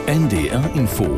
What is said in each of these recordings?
NDR Info.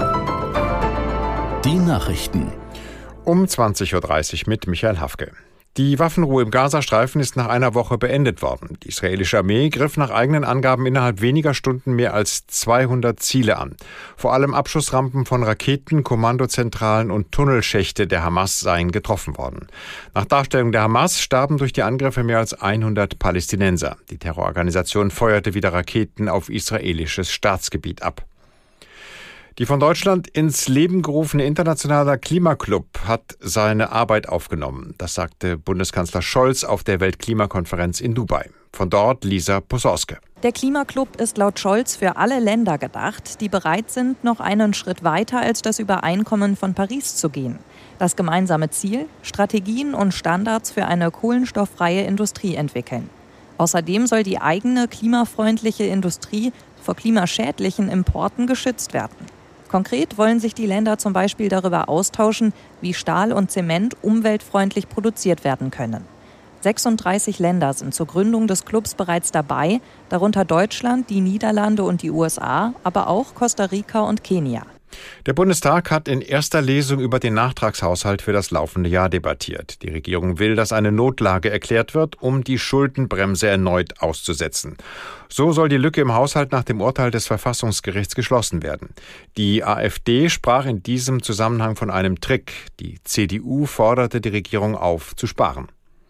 Die Nachrichten. Um 20.30 Uhr mit Michael Hafke. Die Waffenruhe im Gazastreifen ist nach einer Woche beendet worden. Die israelische Armee griff nach eigenen Angaben innerhalb weniger Stunden mehr als 200 Ziele an. Vor allem Abschussrampen von Raketen, Kommandozentralen und Tunnelschächte der Hamas seien getroffen worden. Nach Darstellung der Hamas starben durch die Angriffe mehr als 100 Palästinenser. Die Terrororganisation feuerte wieder Raketen auf israelisches Staatsgebiet ab. Die von Deutschland ins Leben gerufene Internationaler Klimaclub hat seine Arbeit aufgenommen. Das sagte Bundeskanzler Scholz auf der Weltklimakonferenz in Dubai. Von dort Lisa Posorske. Der Klimaclub ist laut Scholz für alle Länder gedacht, die bereit sind, noch einen Schritt weiter als das Übereinkommen von Paris zu gehen. Das gemeinsame Ziel: Strategien und Standards für eine kohlenstofffreie Industrie entwickeln. Außerdem soll die eigene klimafreundliche Industrie vor klimaschädlichen Importen geschützt werden. Konkret wollen sich die Länder zum Beispiel darüber austauschen, wie Stahl und Zement umweltfreundlich produziert werden können. 36 Länder sind zur Gründung des Clubs bereits dabei, darunter Deutschland, die Niederlande und die USA, aber auch Costa Rica und Kenia. Der Bundestag hat in erster Lesung über den Nachtragshaushalt für das laufende Jahr debattiert. Die Regierung will, dass eine Notlage erklärt wird, um die Schuldenbremse erneut auszusetzen. So soll die Lücke im Haushalt nach dem Urteil des Verfassungsgerichts geschlossen werden. Die AfD sprach in diesem Zusammenhang von einem Trick. Die CDU forderte die Regierung auf, zu sparen.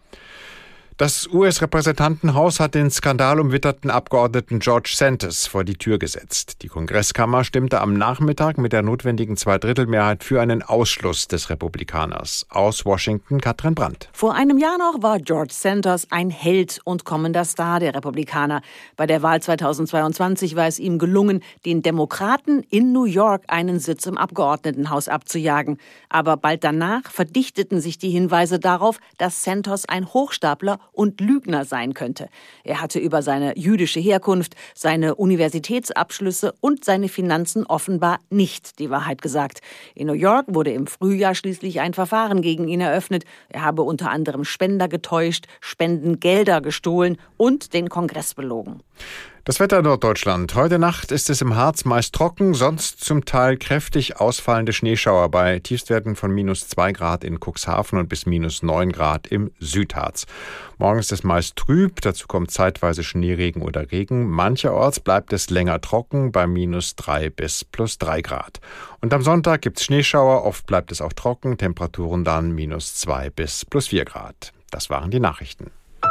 Das US-Repräsentantenhaus hat den skandalumwitterten Abgeordneten George Santos vor die Tür gesetzt. Die Kongresskammer stimmte am Nachmittag mit der notwendigen Zweidrittelmehrheit für einen Ausschluss des Republikaners. Aus Washington Katrin Brandt. Vor einem Jahr noch war George Santos ein Held und kommender Star der Republikaner. Bei der Wahl 2022 war es ihm gelungen, den Demokraten in New York einen Sitz im Abgeordnetenhaus abzujagen. Aber bald danach verdichteten sich die Hinweise darauf, dass Santos ein Hochstapler und Lügner sein könnte. Er hatte über seine jüdische Herkunft, seine Universitätsabschlüsse und seine Finanzen offenbar nicht die Wahrheit gesagt. In New York wurde im Frühjahr schließlich ein Verfahren gegen ihn eröffnet. Er habe unter anderem Spender getäuscht, Spendengelder gestohlen und den Kongress belogen. Das Wetter in Norddeutschland. Heute Nacht ist es im Harz meist trocken, sonst zum Teil kräftig ausfallende Schneeschauer bei Tiefstwerten von -2 Grad in Cuxhaven und bis -9 Grad im Südharz. Morgen ist es meist trüb, dazu kommt zeitweise Schneeregen oder Regen. Mancherorts bleibt es länger trocken bei -3 bis +3 Grad. Und am Sonntag gibt's Schneeschauer, oft bleibt es auch trocken, Temperaturen dann -2 bis +4 Grad. Das waren die Nachrichten.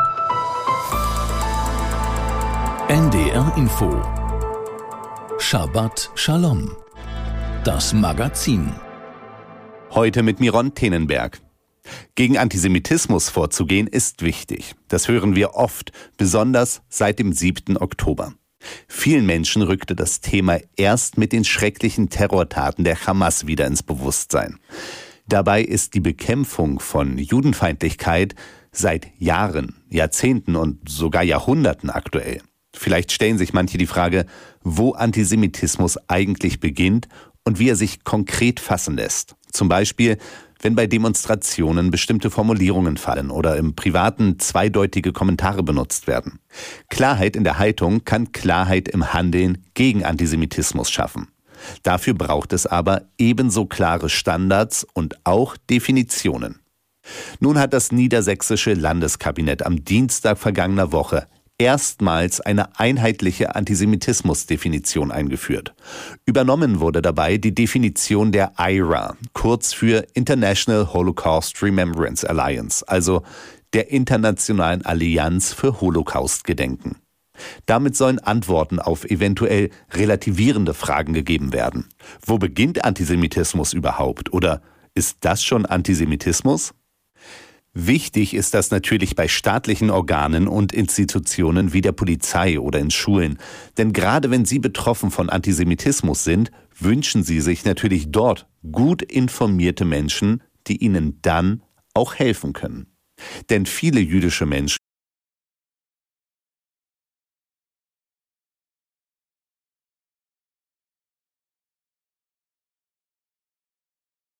NDR Info. Shabbat Shalom. Das Magazin. Heute mit Miron Tenenberg. Gegen Antisemitismus vorzugehen ist wichtig. Das hören wir oft, besonders seit dem 7. Oktober. Vielen Menschen rückte das Thema erst mit den schrecklichen Terrortaten der Hamas wieder ins Bewusstsein. Dabei ist die Bekämpfung von Judenfeindlichkeit seit Jahren, Jahrzehnten und sogar Jahrhunderten aktuell. Vielleicht stellen sich manche die Frage, wo Antisemitismus eigentlich beginnt und wie er sich konkret fassen lässt. Zum Beispiel, wenn bei Demonstrationen bestimmte Formulierungen fallen oder im Privaten zweideutige Kommentare benutzt werden. Klarheit in der Haltung kann Klarheit im Handeln gegen Antisemitismus schaffen. Dafür braucht es aber ebenso klare Standards und auch Definitionen. Nun hat das niedersächsische Landeskabinett am Dienstag vergangener Woche erstmals eine einheitliche Antisemitismusdefinition eingeführt. Übernommen wurde dabei die Definition der IHRA, kurz für International Holocaust Remembrance Alliance, also der Internationalen Allianz für Holocaust-Gedenken. Damit sollen Antworten auf eventuell relativierende Fragen gegeben werden. Wo beginnt Antisemitismus überhaupt? Oder ist das schon Antisemitismus? Wichtig ist das natürlich bei staatlichen Organen und Institutionen wie der Polizei oder in Schulen. Denn gerade wenn sie betroffen von Antisemitismus sind, wünschen sie sich natürlich dort gut informierte Menschen, die ihnen dann auch helfen können. Denn viele jüdische Menschen